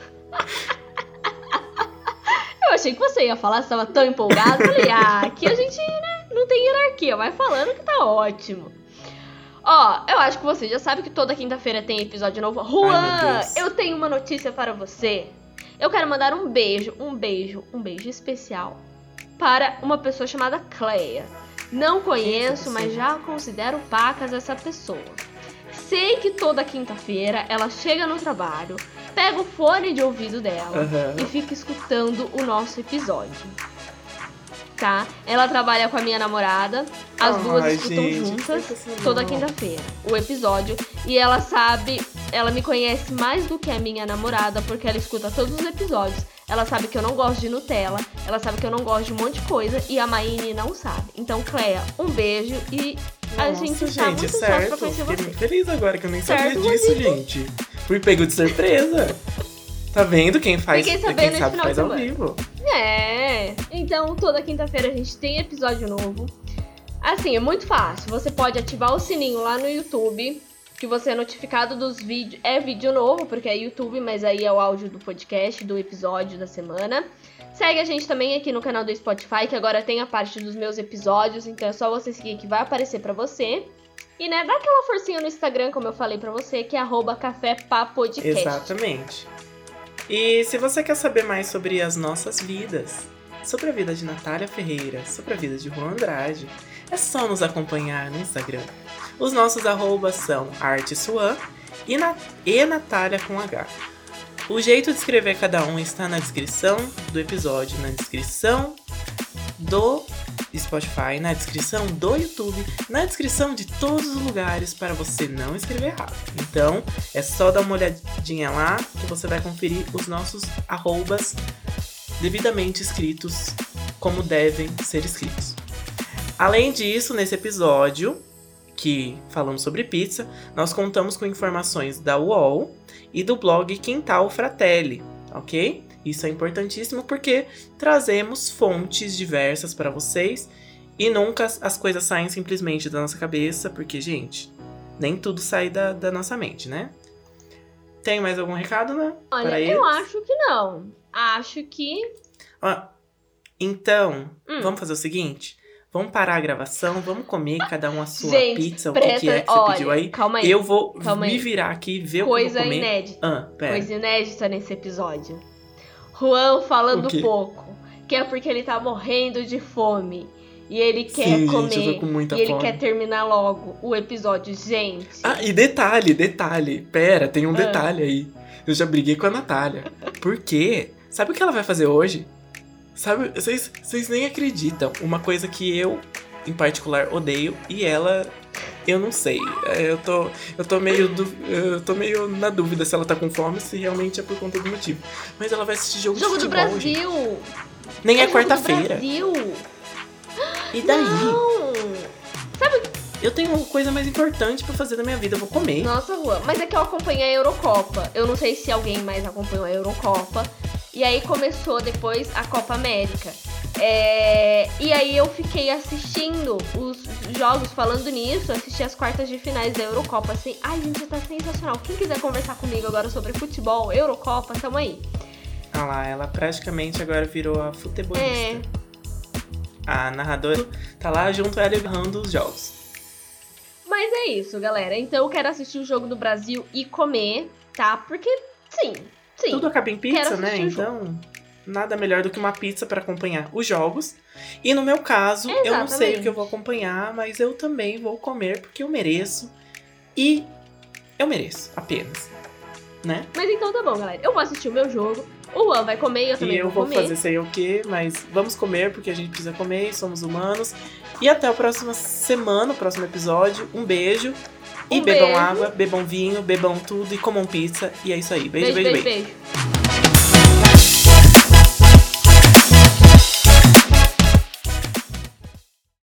Eu achei que você ia falar, você tava tão empolgado. Falei, aqui a gente, né, não tem hierarquia, vai falando que tá ótimo. Ó, eu acho que você já sabe que toda quinta-feira tem episódio novo. Ai, Juan, meu Deus. eu tenho uma notícia para você. Eu quero mandar um beijo especial para uma pessoa chamada Cleia. Não conheço, mas já considero pacas essa pessoa. Sei que toda quinta-feira ela chega no trabalho, pega o fone de ouvido dela e fica escutando o nosso episódio. Tá? Ela trabalha com a minha namorada, as duas escutam juntas toda quinta-feira o episódio. E ela sabe, ela me conhece mais do que a minha namorada, porque ela escuta todos os episódios. Ela sabe que eu não gosto de Nutella, ela sabe que eu não gosto de um monte de coisa, e a Maine não sabe. Então, Cleia, um beijo e a gente está muito ansiosa pra conhecer Fiquei você. muito feliz agora, que eu nem Certo, sabia disso, Rodrigo? gente. Fui pego de surpresa. Tá vendo quem faz, Fiquei quem sabendo esse sabe final faz de ao semana. vivo. É, então toda quinta-feira a gente tem episódio novo. Assim, é muito fácil. Você pode ativar o sininho lá no YouTube, que você é notificado dos vídeos. É vídeo novo, porque é YouTube, mas aí é o áudio do podcast, do episódio da semana. Segue a gente também aqui no canal do Spotify, que agora tem a parte dos meus episódios, então é só você seguir que vai aparecer pra você. E, né, dá aquela forcinha no Instagram, como eu falei pra você, que é @cafépapodcast. Exatamente. E se você quer saber mais sobre as nossas vidas, sobre a vida de Natália Ferreira, sobre a vida de Juan Andrade, é só nos acompanhar no Instagram. Os nossos arrobas são artesuan e Natália com H. O jeito de escrever cada um está na descrição do episódio, na descrição do Spotify, na descrição do YouTube, na descrição de todos os lugares para você não escrever errado. Então, é só dar uma olhadinha lá que você vai conferir os nossos arrobas devidamente escritos como devem ser escritos. Além disso, nesse episódio que falamos sobre pizza, nós contamos com informações da UOL e do blog Quintal Fratelli, ok? Isso é importantíssimo porque trazemos fontes diversas para vocês e nunca as coisas saem simplesmente da nossa cabeça, porque, gente, nem tudo sai da nossa mente, né? Tem mais algum recado, né? Olha, eu acho que não. Acho que... Então, vamos fazer o seguinte? Vamos parar a gravação, vamos comer cada um a sua pizza, o que é que você pediu aí. Calma aí. Eu vou me virar aqui e ver o que eu vou comer. Coisa inédita. Pera. Coisa inédita nesse episódio. Juan falando pouco, que é porque ele tá morrendo de fome. E ele quer comer. Gente, eu tô com muita e ele fome. quer terminar logo o episódio, gente. Ah, e detalhe. Pera, tem um detalhe aí. Eu já briguei com a Natália. Por quê? Sabe o que ela vai fazer hoje? Sabe, vocês nem acreditam. Uma coisa que eu, em particular, odeio. E ela, eu não sei. Eu tô meio na dúvida se ela tá com fome, se realmente é por conta do motivo. Mas ela vai assistir jogo de futebol do Brasil! Hoje. Nem é quarta-feira. Brasil! E daí? Não! Sabe... Eu tenho uma coisa mais importante pra fazer na minha vida, eu vou comer. Nossa, Juan, mas é que eu acompanhei a Eurocopa. Eu não sei se alguém mais acompanhou a Eurocopa. E aí começou depois a Copa América. E aí eu fiquei assistindo os jogos. Falando nisso, assisti as quartas de finais da Eurocopa. Assim, ai, gente, tá sensacional. Quem quiser conversar comigo agora sobre futebol, Eurocopa, tamo aí. Ah lá, ela praticamente agora virou a futebolista. A narradora tá lá junto a ela narrando os jogos. Mas é isso, galera. Então eu quero assistir o jogo do Brasil e comer, tá? Porque, sim. Tudo acaba em pizza, né? Então, nada melhor do que uma pizza pra acompanhar os jogos. E no meu caso, eu não sei o que eu vou acompanhar, mas eu também vou comer porque eu mereço. E eu mereço, apenas. Né? Mas então tá bom, galera. Eu vou assistir o meu jogo. O Juan vai comer e eu também vou comer. E eu vou fazer sei o quê, mas vamos comer porque a gente precisa comer e somos humanos. E até a próxima semana, o próximo episódio. Um beijo E bebam água, bebam vinho, bebam tudo e comam pizza. E é isso aí. Beijo, beijo, beijo. Beijo.